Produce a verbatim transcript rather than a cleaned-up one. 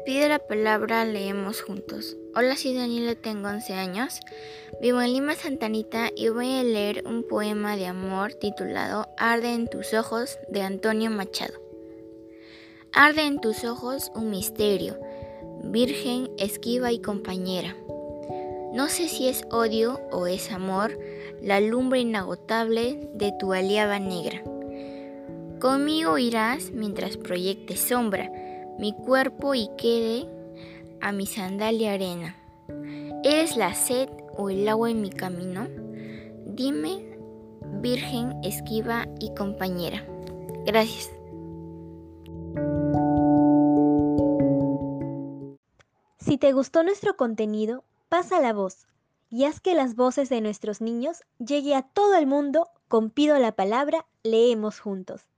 Pide la palabra, leemos juntos. Hola, soy Daniela, tengo once años. Vivo en Lima, Santa Anita y voy a leer un poema de amor titulado Arde en tus ojos, de Antonio Machado. Arde en tus ojos un misterio, virgen, esquiva y compañera. No sé si es odio o es amor, la lumbre inagotable de tu aliada negra. Conmigo irás mientras proyectes sombra mi cuerpo y quede a mi sandalia arena. ¿Eres la sed o el agua en mi camino? Dime, virgen, esquiva y compañera. Gracias. Si te gustó nuestro contenido, pasa la voz y haz que las voces de nuestros niños llegue a todo el mundo con Pido la Palabra, leemos juntos.